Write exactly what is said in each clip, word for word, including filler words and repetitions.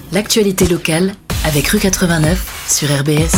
L'actualité locale avec Rue quatre-vingt-neuf sur R B S.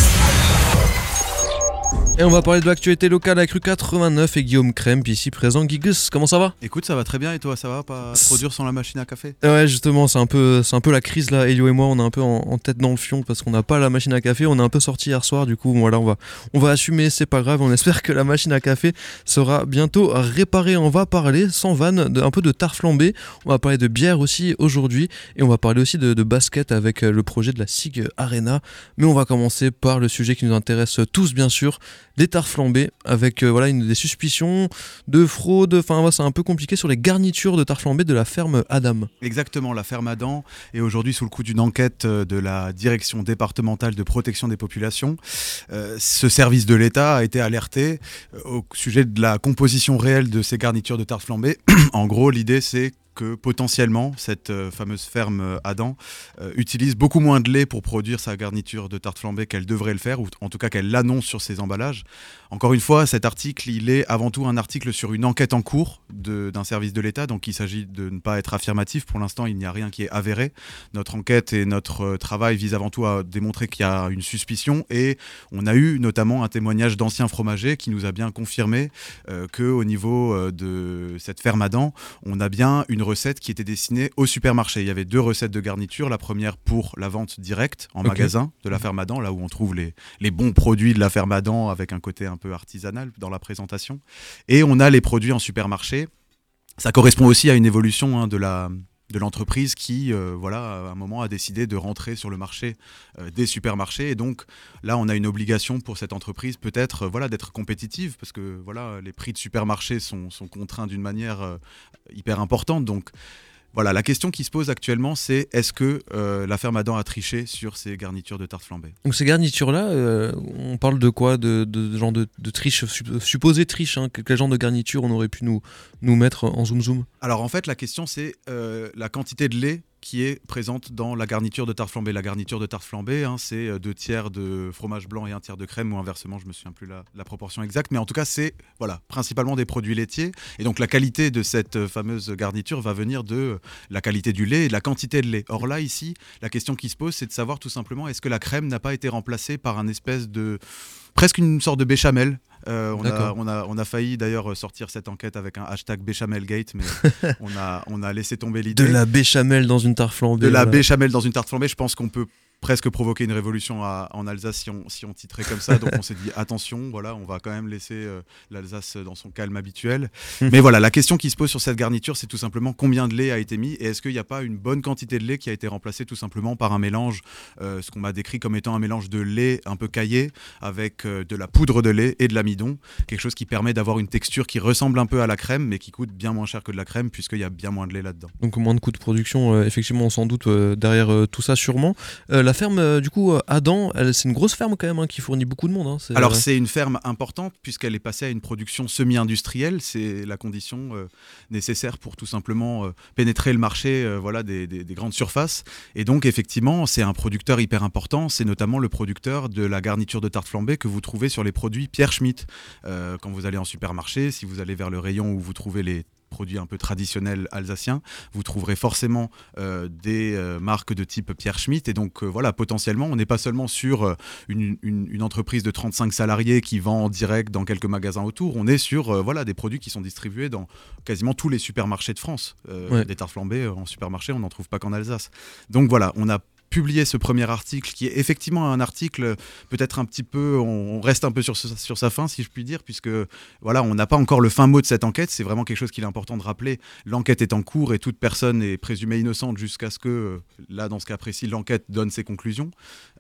Et on va parler de l'actualité locale avec Rue quatre-vingt-neuf et Guillaume Crème, puis ici présent. Guigus, comment ça va ? Écoute, ça va très bien et toi, ça va pas trop dur sans la machine à café ? Ouais, justement, c'est un peu, c'est un peu la crise là. Elio et moi, on est un peu en, en tête dans le fion parce qu'on n'a pas la machine à café. On est un peu sorti hier soir, du coup, voilà, on va, on va assumer, c'est pas grave. On espère que la machine à café sera bientôt réparée. On va parler, sans vanne, de, un peu de tarte flambée. On va parler de bière aussi aujourd'hui et on va parler aussi de, de basket avec le projet de la S I G Arena. Mais on va commencer par le sujet qui nous intéresse tous, bien sûr, les tartes flambées, avec euh, voilà, une, des suspicions de fraude. Enfin, ouais, c'est un peu compliqué sur les garnitures de tartes flambées de la ferme Adam. Exactement, la ferme Adam est aujourd'hui sous le coup d'une enquête de la direction départementale de protection des populations. Euh, ce service de l'État a été alerté euh, au sujet de la composition réelle de ces garnitures de tartes flambées. En gros, l'idée c'est que potentiellement cette euh, fameuse ferme euh, Adam euh, utilise beaucoup moins de lait pour produire sa garniture de tarte flambée qu'elle devrait le faire, ou en tout cas qu'elle l'annonce sur ses emballages. Encore une fois, cet article, il est avant tout un article sur une enquête en cours de, d'un service de l'État, donc il s'agit de ne pas être affirmatif. Pour l'instant, il n'y a rien qui est avéré. Notre enquête et notre euh, travail visent avant tout à démontrer qu'il y a une suspicion, et on a eu notamment un témoignage d'anciens fromagers qui nous a bien confirmé euh, qu'au niveau euh, de cette ferme Adam, on a bien une recette qui était destinée au supermarché. Il y avait deux recettes de garniture. La première pour la vente directe en okay. magasin de la ferme Adam, là où on trouve les, les bons produits de la ferme Adam avec un côté un peu artisanal dans la présentation. Et on a les produits en supermarché. Ça correspond aussi à une évolution hein, de la... de l'entreprise qui, euh, voilà, à un moment a décidé de rentrer sur le marché euh, des supermarchés. Et donc, là, on a une obligation pour cette entreprise peut-être euh, voilà, d'être compétitive parce que voilà, les prix de supermarché sont, sont contraints d'une manière euh, hyper importante. Donc, voilà, la question qui se pose actuellement, c'est est-ce que euh, la ferme Adam a triché sur ces garnitures de tarte flambée ? Donc ces garnitures-là, euh, on parle de quoi ? De, de, de genre de, de triche, supposée triche, hein, quel genre de garniture on aurait pu nous, nous mettre en zoom zoom ? Alors en fait, la question c'est euh, la quantité de lait qui est présente dans la garniture de tarte flambée. La garniture de tarte flambée, hein, c'est deux tiers de fromage blanc et un tiers de crème, ou inversement, je me souviens plus la, la proportion exacte, mais en tout cas, c'est voilà, principalement des produits laitiers. Et donc, la qualité de cette fameuse garniture va venir de la qualité du lait et de la quantité de lait. Or là, ici, la question qui se pose, c'est de savoir tout simplement, est-ce que la crème n'a pas été remplacée par un espèce de... presque une sorte de béchamel. Euh, on, a, on, a, on a failli d'ailleurs sortir cette enquête avec un hashtag Béchamelgate, mais on, a, on a laissé tomber l'idée. De la béchamel dans une tarte flambée. De la voilà. béchamel dans une tarte flambée, je pense qu'on peut presque provoquer une révolution à, en Alsace si on, si on titrait comme ça. Donc on s'est dit attention, voilà, on va quand même laisser euh, l'Alsace dans son calme habituel. Mais voilà, la question qui se pose sur cette garniture, c'est tout simplement combien de lait a été mis et est-ce qu'il n'y a pas une bonne quantité de lait qui a été remplacée tout simplement par un mélange, euh, ce qu'on m'a décrit comme étant un mélange de lait un peu caillé avec euh, de la poudre de lait et de l'amidon, quelque chose qui permet d'avoir une texture qui ressemble un peu à la crème mais qui coûte bien moins cher que de la crème puisqu'il y a bien moins de lait là-dedans. Donc moins de coûts de production, euh, effectivement, sans doute euh, derrière euh, tout ça sûrement. Euh, La ferme, euh, du coup, Adam, elle, c'est une grosse ferme quand même hein, qui fournit beaucoup de monde. Hein, c'est... Alors, c'est une ferme importante puisqu'elle est passée à une production semi-industrielle. C'est la condition euh, nécessaire pour tout simplement euh, pénétrer le marché euh, voilà, des, des, des grandes surfaces. Et donc, effectivement, c'est un producteur hyper important. C'est notamment le producteur de la garniture de tarte flambée que vous trouvez sur les produits Pierre Schmitt. Euh, quand vous allez en supermarché, si vous allez vers le rayon où vous trouvez les produits un peu traditionnels alsaciens, vous trouverez forcément euh, des euh, marques de type Pierre Schmitt et donc euh, voilà, potentiellement on n'est pas seulement sur euh, une, une, une entreprise de trente-cinq salariés qui vend en direct dans quelques magasins autour, on est sur euh, voilà, des produits qui sont distribués dans quasiment tous les supermarchés de France. Euh, ouais. Des tartes flambées en supermarché, on n'en trouve pas qu'en Alsace. Donc voilà, on a publié ce premier article qui est effectivement un article peut-être un petit peu, on reste un peu sur, sur sa fin si je puis dire, puisque voilà, on n'a pas encore le fin mot de cette enquête, c'est vraiment quelque chose qu'il est important de rappeler, l'enquête est en cours et toute personne est présumée innocente jusqu'à ce que, là dans ce cas précis, l'enquête donne ses conclusions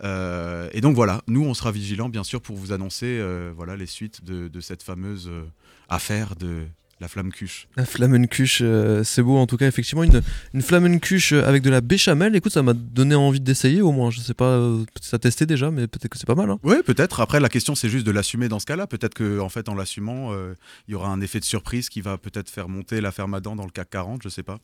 euh, et donc voilà, nous on sera vigilants bien sûr pour vous annoncer euh, voilà, les suites de, de cette fameuse euh, affaire de la Flammekuche. La Flammekuche, euh, c'est beau en tout cas, effectivement, une, une Flammekuche avec de la béchamel. Écoute, ça m'a donné envie d'essayer au moins. Je sais pas, euh, ça a testé déjà, mais peut-être que c'est pas mal. Hein. Oui, peut-être. Après, la question, c'est juste de l'assumer dans ce cas-là. Peut-être qu'en en fait, en l'assumant, il euh, y aura un effet de surprise qui va peut-être faire monter la ferme Adam dans le C A C quarante, je sais pas.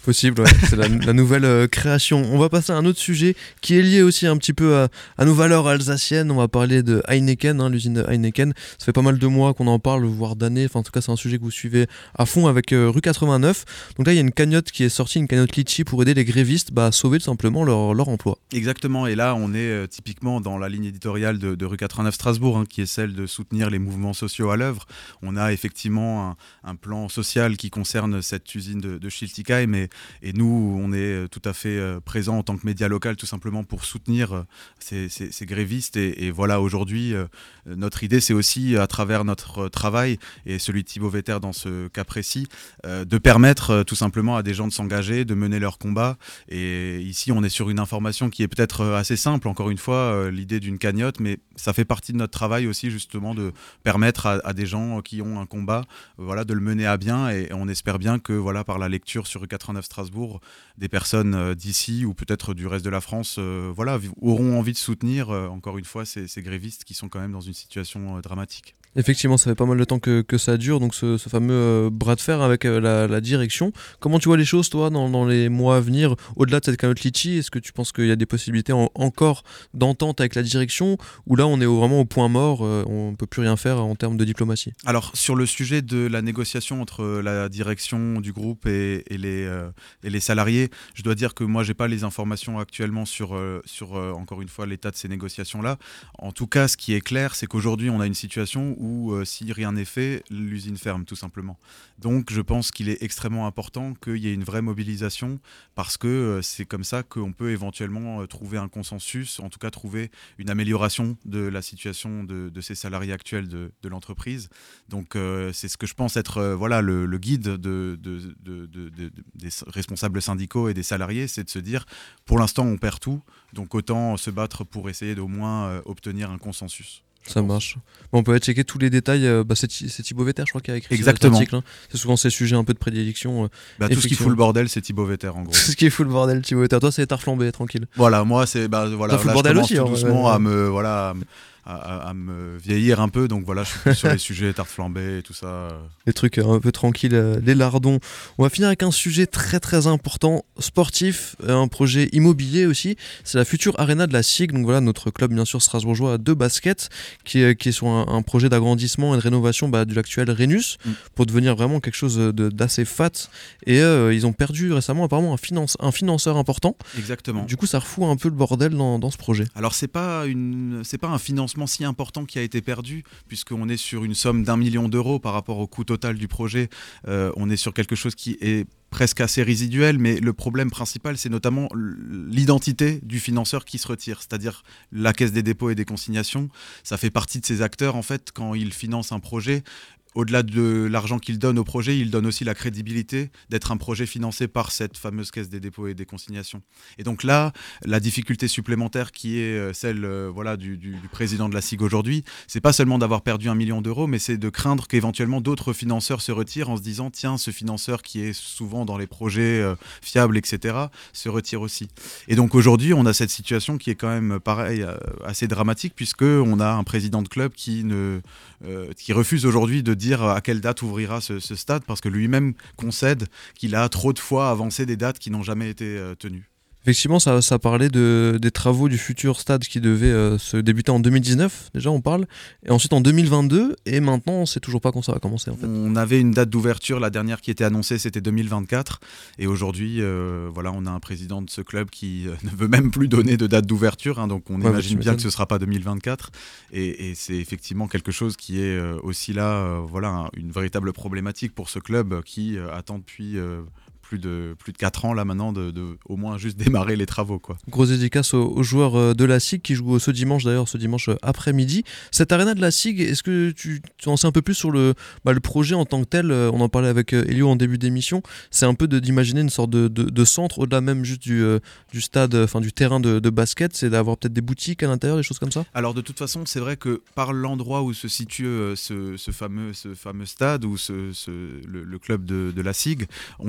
Possible, ouais. C'est la, la nouvelle euh, création. On va passer à un autre sujet qui est lié aussi un petit peu à, à nos valeurs alsaciennes. On va parler de Heineken, hein, l'usine de Heineken. Ça fait pas mal de mois qu'on en parle, voire d'années. Enfin, en tout cas, c'est un sujet que vous suivez à fond avec euh, Rue quatre-vingt-neuf. Donc là, il y a une cagnotte qui est sortie, une cagnotte litchi pour aider les grévistes bah, à sauver tout simplement leur, leur emploi. Exactement, et là on est euh, typiquement dans la ligne éditoriale de, de Rue quatre-vingt-neuf Strasbourg, hein, qui est celle de soutenir les mouvements sociaux à l'œuvre. On a effectivement un, un plan social qui concerne cette usine de, de Schiltigheim, et, et nous on est tout à fait euh, présents en tant que média local tout simplement pour soutenir euh, ces, ces, ces grévistes. Et, et voilà, aujourd'hui euh, notre idée c'est aussi à travers notre travail, et celui de Thibaut Vetter dans ce cas précis, euh, de permettre euh, tout simplement à des gens de s'engager, de mener leur combat. Et ici on est sur une information qui est peut-être assez simple, encore une fois, euh, l'idée d'une cagnotte, mais ça fait partie de notre travail aussi justement de permettre à, à des gens qui ont un combat euh, voilà, de le mener à bien, et, et on espère bien que voilà, par la lecture sur Rue quatre-vingt-neuf Strasbourg, des personnes euh, d'ici ou peut-être du reste de la France euh, voilà, auront envie de soutenir euh, encore une fois ces, ces grévistes qui sont quand même dans une situation euh, dramatique. Effectivement, ça fait pas mal de temps que, que ça dure, donc ce, ce fameux euh, bras de fer avec euh, la, la direction. Comment tu vois les choses, toi, dans, dans les mois à venir, au-delà de cette cagnotte litchi? Est-ce que tu penses qu'il y a des possibilités en, encore d'entente avec la direction, ou là on est au, vraiment au point mort, euh, on ne peut plus rien faire en termes de diplomatie? Alors, sur le sujet de la négociation entre la direction du groupe et, et, les, euh, et les salariés, je dois dire que moi, je n'ai pas les informations actuellement sur, euh, sur euh, encore une fois, l'état de ces négociations-là. En tout cas, ce qui est clair, c'est qu'aujourd'hui, on a une situation où où euh, si rien n'est fait, l'usine ferme tout simplement. Donc je pense qu'il est extrêmement important qu'il y ait une vraie mobilisation, parce que euh, c'est comme ça qu'on peut éventuellement euh, trouver un consensus, en tout cas trouver une amélioration de la situation de, de ces salariés actuels de, de l'entreprise. Donc euh, c'est ce que je pense être euh, voilà, le, le guide de, de, de, de, de, de, des responsables syndicaux et des salariés, c'est de se dire pour l'instant on perd tout, donc autant se battre pour essayer d'au moins euh, obtenir un consensus. Ça pense. Marche. Bon, on peut aller checker tous les détails. Euh, bah, c'est, c'est Thibaut Vetter, je crois, qui a écrit Exactement. cet article. Hein. C'est souvent ces sujets un peu de prédilection. Euh, bah, tout ce qui fout le bordel, c'est Thibaut Vetter, en gros. Tout ce qui fout le bordel, Thibaut Vetter. Toi, c'est tard flambé, tranquille. Voilà, moi, c'est. Bah, voilà, là, je bordel commence aussi, tout doucement ouais, ouais. à me. Voilà, à me... À, à me vieillir un peu, donc voilà, je suis plus sur les sujets tarte flambée et tout ça. Les trucs un peu tranquilles, euh, les lardons. On va finir avec un sujet très très important, sportif, un projet immobilier aussi. C'est la future Arena de la S I G, donc voilà, notre club bien sûr strasbourgeois de basket, qui est, qui est sur un, un projet d'agrandissement et de rénovation bah, de l'actuel Rhenus, mm. pour devenir vraiment quelque chose de, d'assez fat. Et euh, ils ont perdu récemment apparemment un, finance, un financeur important. Exactement. Du coup, ça refout un peu le bordel dans, dans ce projet. Alors c'est pas une, c'est pas un financement si important qui a été perdu, puisqu'on est sur une somme d'un million d'euros par rapport au coût total du projet. Euh, on est sur quelque chose qui est presque assez résiduel, mais le problème principal, c'est notamment l'identité du financeur qui se retire, c'est-à-dire la Caisse des dépôts et des consignations. Ça fait partie de ces acteurs, en fait, quand ils financent un projet. Au-delà de l'argent qu'il donne au projet, il donne aussi la crédibilité d'être un projet financé par cette fameuse Caisse des dépôts et des consignations. Et donc là, la difficulté supplémentaire qui est celle euh, voilà, du, du, du président de la S I G aujourd'hui, c'est pas seulement d'avoir perdu un million d'euros, mais c'est de craindre qu'éventuellement d'autres financeurs se retirent en se disant tiens, ce financeur qui est souvent dans les projets euh, fiables, et cetera, se retire aussi. Et donc aujourd'hui, on a cette situation qui est quand même pareil, euh, assez dramatique, puisqu'on a un président de club qui, ne, euh, qui refuse aujourd'hui de dire à quelle date ouvrira ce, ce stade, parce que lui-même concède qu'il a trop de fois avancé des dates qui n'ont jamais été euh, tenues. Effectivement, ça, ça parlait de, des travaux du futur stade qui devait euh, se débuter en deux mille dix-neuf, déjà on parle, et ensuite en deux mille vingt-deux, et maintenant on sait toujours pas quand ça va commencer en fait. On avait une date d'ouverture, la dernière qui était annoncée c'était deux mille vingt-quatre, et aujourd'hui euh, voilà, on a un président de ce club qui euh, ne veut même plus donner de date d'ouverture, hein, donc on ouais, imagine bien que ce sera pas deux mille vingt-quatre, et, et c'est effectivement quelque chose qui est euh, aussi là, euh, voilà, un, une véritable problématique pour ce club qui euh, attend depuis... Euh, plus de, plus de quatre ans là maintenant de, de au moins juste démarrer les travaux quoi. Grosse dédicace aux, aux joueurs de la S I G qui jouent ce dimanche d'ailleurs, ce dimanche après-midi. Cette arena de la S I G, est-ce que tu, tu en sais un peu plus sur le, bah, le projet en tant que tel? On en parlait avec Elio en début d'émission, c'est un peu de, d'imaginer une sorte de, de, de centre au-delà même juste du, euh, du stade, enfin du terrain de, de basket, c'est d'avoir peut-être des boutiques à l'intérieur, des choses comme ça? Alors de toute façon c'est vrai que par l'endroit où se situe euh, ce, ce, fameux, ce fameux stade ou ce, ce, le, le club de, de la S I G, on est dans le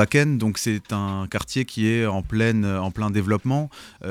Wacken, donc c'est un quartier qui est en, pleine, en plein développement.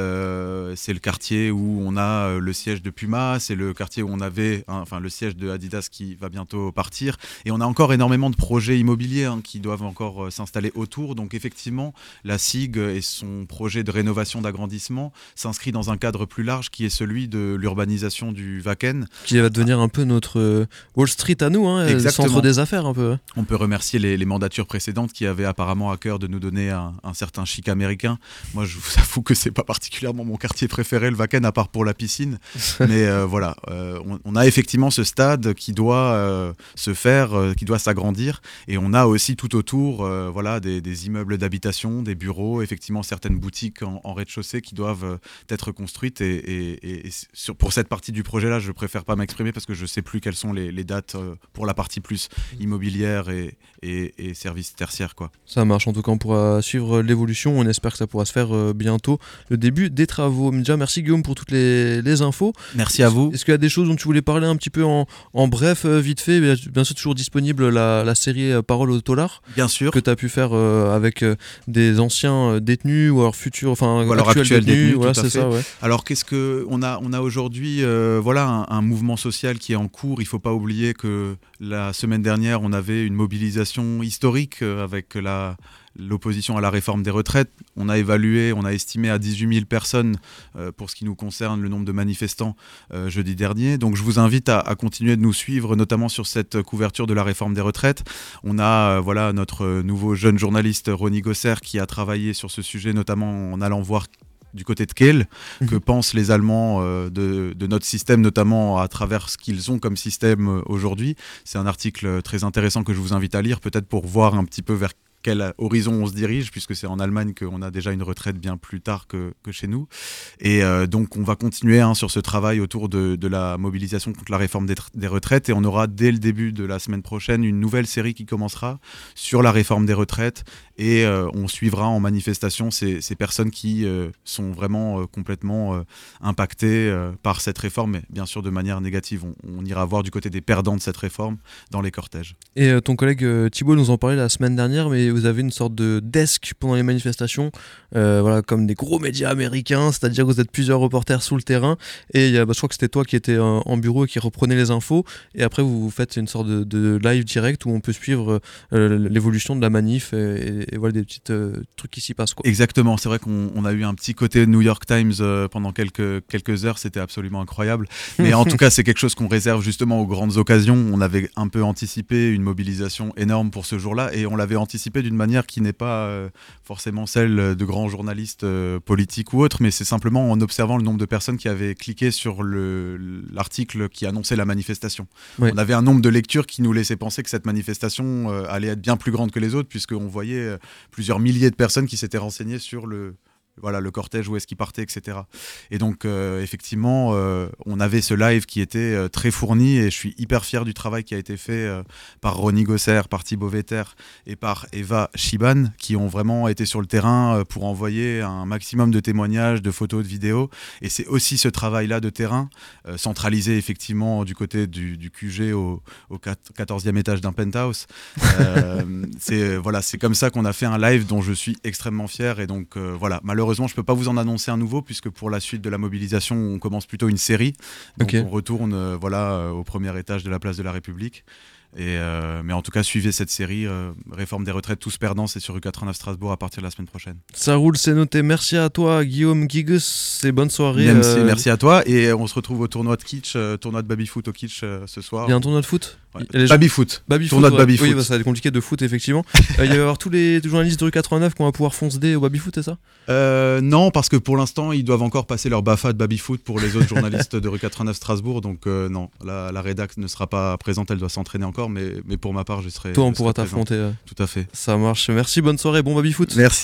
Euh, c'est le quartier où on a le siège de Puma, c'est le quartier où on avait hein, enfin, le siège de Adidas qui va bientôt partir. Et on a encore énormément de projets immobiliers hein, qui doivent encore euh, s'installer autour. Donc effectivement, la S I G et son projet de rénovation, d'agrandissement s'inscrit dans un cadre plus large qui est celui de l'urbanisation du Wacken. Qui va devenir un peu notre euh, Wall Street à nous, hein, le centre des affaires un peu. On peut remercier les, les mandatures précédentes qui avaient apparemment à cœur de nous donner un, un certain chic américain. Moi, je vous avoue que c'est pas particulièrement mon quartier préféré, le Wacken, à part pour la piscine. Mais euh, voilà, euh, on, on a effectivement ce stade qui doit euh, se faire, euh, qui doit s'agrandir. Et on a aussi tout autour euh, voilà, des, des immeubles d'habitation, des bureaux, effectivement certaines boutiques en, en rez-de-chaussée qui doivent euh, être construites. Et, et, et, et sur, pour cette partie du projet-là, je préfère pas m'exprimer parce que je sais plus quelles sont les, les dates euh, pour la partie plus immobilière et, et, et services tertiaires, quoi. Ça marche, en tout cas on pourra suivre l'évolution, on espère que ça pourra se faire euh, bientôt, le début des travaux. Déjà merci Guillaume pour toutes les, les infos. Merci à vous. Est-ce qu'il y a des choses dont tu voulais parler un petit peu en, en bref, euh, vite fait? Bien sûr toujours disponible la, la série euh, Parole au Tolard. Bien sûr. Que tu as pu faire euh, avec euh, des anciens détenus ou alors futurs, enfin ou alors actuels, actuels détenus, détenus, voilà, tout à c'est fait. ça, ouais. Alors qu'est-ce que on a, on a aujourd'hui euh, voilà, un, un mouvement social qui est en cours. Il ne faut pas oublier que la semaine dernière, on avait une mobilisation historique euh, avec la, l'opposition à la réforme des retraites. On a évalué, on a estimé à dix-huit mille personnes euh, pour ce qui nous concerne le nombre de manifestants euh, jeudi dernier. Donc je vous invite à, à continuer de nous suivre, notamment sur cette couverture de la réforme des retraites. On a euh, voilà, notre nouveau jeune journaliste Ronnie Gosser qui a travaillé sur ce sujet, notamment en allant voir du côté de Kehl, mmh. que pensent les Allemands euh, de, de notre système, notamment à travers ce qu'ils ont comme système euh, aujourd'hui. C'est un article très intéressant que je vous invite à lire, peut-être pour voir un petit peu vers quel horizon on se dirige, puisque c'est en Allemagne qu'on a déjà une retraite bien plus tard que, que chez nous. Et euh, donc on va continuer hein, sur ce travail autour de, de la mobilisation contre la réforme des, des retraites, et on aura dès le début de la semaine prochaine une nouvelle série qui commencera sur la réforme des retraites, et euh, on suivra en manifestation ces, ces personnes qui euh, sont vraiment euh, complètement euh, impactées euh, par cette réforme, mais bien sûr de manière négative. On, on ira voir du côté des perdants de cette réforme dans les cortèges. Et euh, ton collègue euh, Thibault nous en parlait la semaine dernière, mais vous avez une sorte de desk pendant les manifestations, euh, voilà, comme des gros médias américains, c'est-à-dire que vous êtes plusieurs reporters sous le terrain, et y a, bah, je crois que c'était toi qui étais en, en bureau et qui reprenait les infos, et après vous, vous faites une sorte de, de live direct où on peut suivre euh, l'évolution de la manif, et, et, et voilà des petits euh, trucs qui s'y passent, quoi. Exactement, c'est vrai qu'on on a eu un petit côté New York Times euh, pendant quelques, quelques heures, c'était absolument incroyable, mais en tout cas c'est quelque chose qu'on réserve justement aux grandes occasions. On avait un peu anticipé une mobilisation énorme pour ce jour-là, et on l'avait anticipé d'une manière qui n'est pas euh, forcément celle de grands journalistes euh, politiques ou autres, mais c'est simplement en observant le nombre de personnes qui avaient cliqué sur le, l'article qui annonçait la manifestation. Ouais. On avait un nombre de lectures qui nous laissait penser que cette manifestation euh, allait être bien plus grande que les autres, puisqu'on voyait euh, plusieurs milliers de personnes qui s'étaient renseignées sur le... Voilà, le cortège, où est-ce qu'il partait, et cetera. Et donc, euh, effectivement, euh, on avait ce live qui était euh, très fourni, et je suis hyper fier du travail qui a été fait euh, par Ronnie Gosser, par Thibaut Vetter et par Eva Schiban, qui ont vraiment été sur le terrain euh, pour envoyer un maximum de témoignages, de photos, de vidéos. Et c'est aussi ce travail-là de terrain, euh, centralisé effectivement du côté du, du Q G au, au quatorzième étage d'un penthouse. Euh, c'est, voilà, c'est comme ça qu'on a fait un live dont je suis extrêmement fier. Et donc, euh, voilà, malheureusement, Malheureusement, je ne peux pas vous en annoncer un nouveau, puisque pour la suite de la mobilisation, on commence plutôt une série. Donc okay. on retourne euh, voilà, euh, au premier étage de la place de la République. Et euh, mais en tout cas, suivez cette série euh, Réforme des retraites, tous perdants, c'est sur rue quatre-vingt-neuf Strasbourg à partir de la semaine prochaine. Ça roule, c'est noté. Merci à toi, Guillaume Gigus, et bonne soirée. Merci, euh... merci à toi. Et on se retrouve au tournoi de Kitsch, euh, tournoi de baby-foot au Kitsch euh, ce soir. Il y a un tournoi de foot ouais. Baby-foot. Baby tournoi foot, de baby-foot. Oui, bah, ça va être compliqué de foot, effectivement. euh, il va y avoir tous les journalistes de rue quatre-vingt-neuf qui vont pouvoir foncer au baby-foot, c'est ça euh, Non, parce que pour l'instant, ils doivent encore passer leur B A F A de baby-foot pour les autres journalistes de rue quatre-vingt-neuf Strasbourg. Donc euh, non, la, la rédac ne sera pas présente, elle doit s'entraîner encore, mais, mais pour ma part, je serai. Toi, on pourra t'affronter. Tout à fait. Ça marche. Merci, bonne soirée, bon baby-foot. Merci.